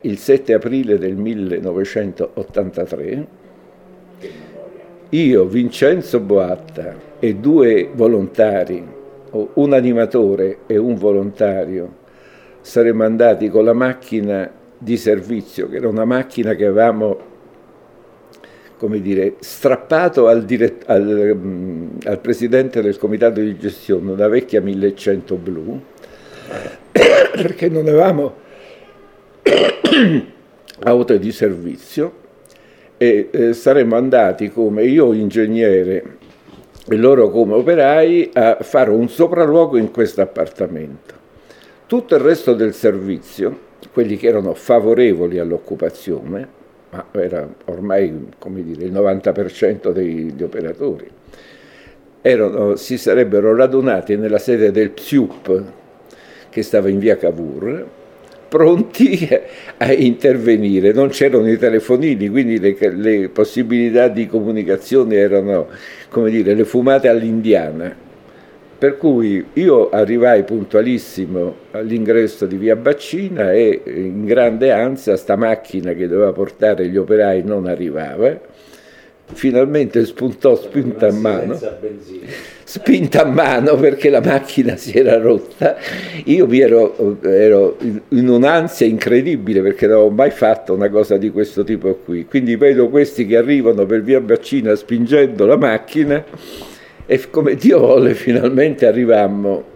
il 7 aprile del 1983, io, Vincenzo Boatta e due volontari, un animatore e un volontario, saremmo andati con la macchina di servizio, che era una macchina che avevamo, come dire, strappato al presidente del comitato di gestione, una vecchia 1100 blu, perché non avevamo auto di servizio, e saremmo andati come io ingegnere e loro come operai a fare un sopralluogo in questo appartamento. Tutto il resto del servizio, quelli che erano favorevoli all'occupazione, ma era ormai, come dire, il 90% degli operatori, si sarebbero radunati nella sede del PSIUP, che stava in via Cavour, pronti a intervenire. Non c'erano i telefonini, quindi le possibilità di comunicazione erano, come dire, le fumate all'indiana. Per cui io arrivai puntualissimo all'ingresso di via Baccina e in grande ansia sta macchina che doveva portare gli operai non arrivava. Finalmente spuntò spinta a mano perché la macchina si era rotta. Io ero in un'ansia incredibile perché non avevo mai fatto una cosa di questo tipo qui. Quindi vedo questi che arrivano per via Baccina spingendo la macchina e come Dio volle finalmente arrivammo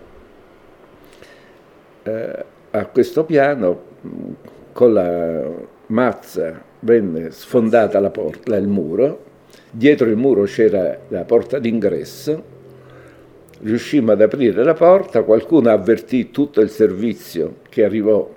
a questo piano. Con la mazza venne sfondata la porta, il muro. Dietro il muro c'era la porta d'ingresso, riuscimmo ad aprire la porta, qualcuno avvertì tutto il servizio che arrivò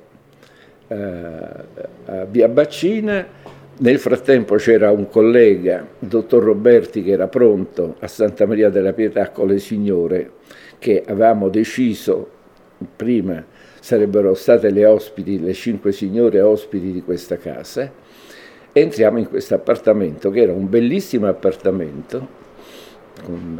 a via Baccina. Nel frattempo c'era un collega, il dottor Roberti, che era pronto a Santa Maria della Pietà con le signore, che avevamo deciso prima sarebbero state le 5 signore ospiti di questa casa. Entriamo in questo appartamento, che era un bellissimo appartamento, con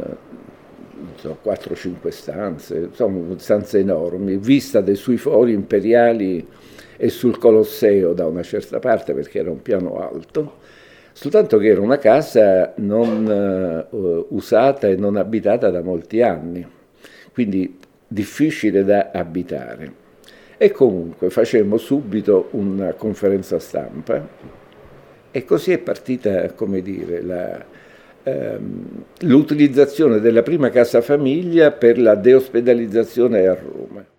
4-5 stanze, insomma, stanze enormi, vista sui fori imperiali e sul Colosseo da una certa parte, perché era un piano alto, soltanto che era una casa non usata e non abitata da molti anni, quindi difficile da abitare. E comunque facemmo subito una conferenza stampa. E così è partita, come dire, l'utilizzazione della prima casa famiglia per la deospedalizzazione a Roma.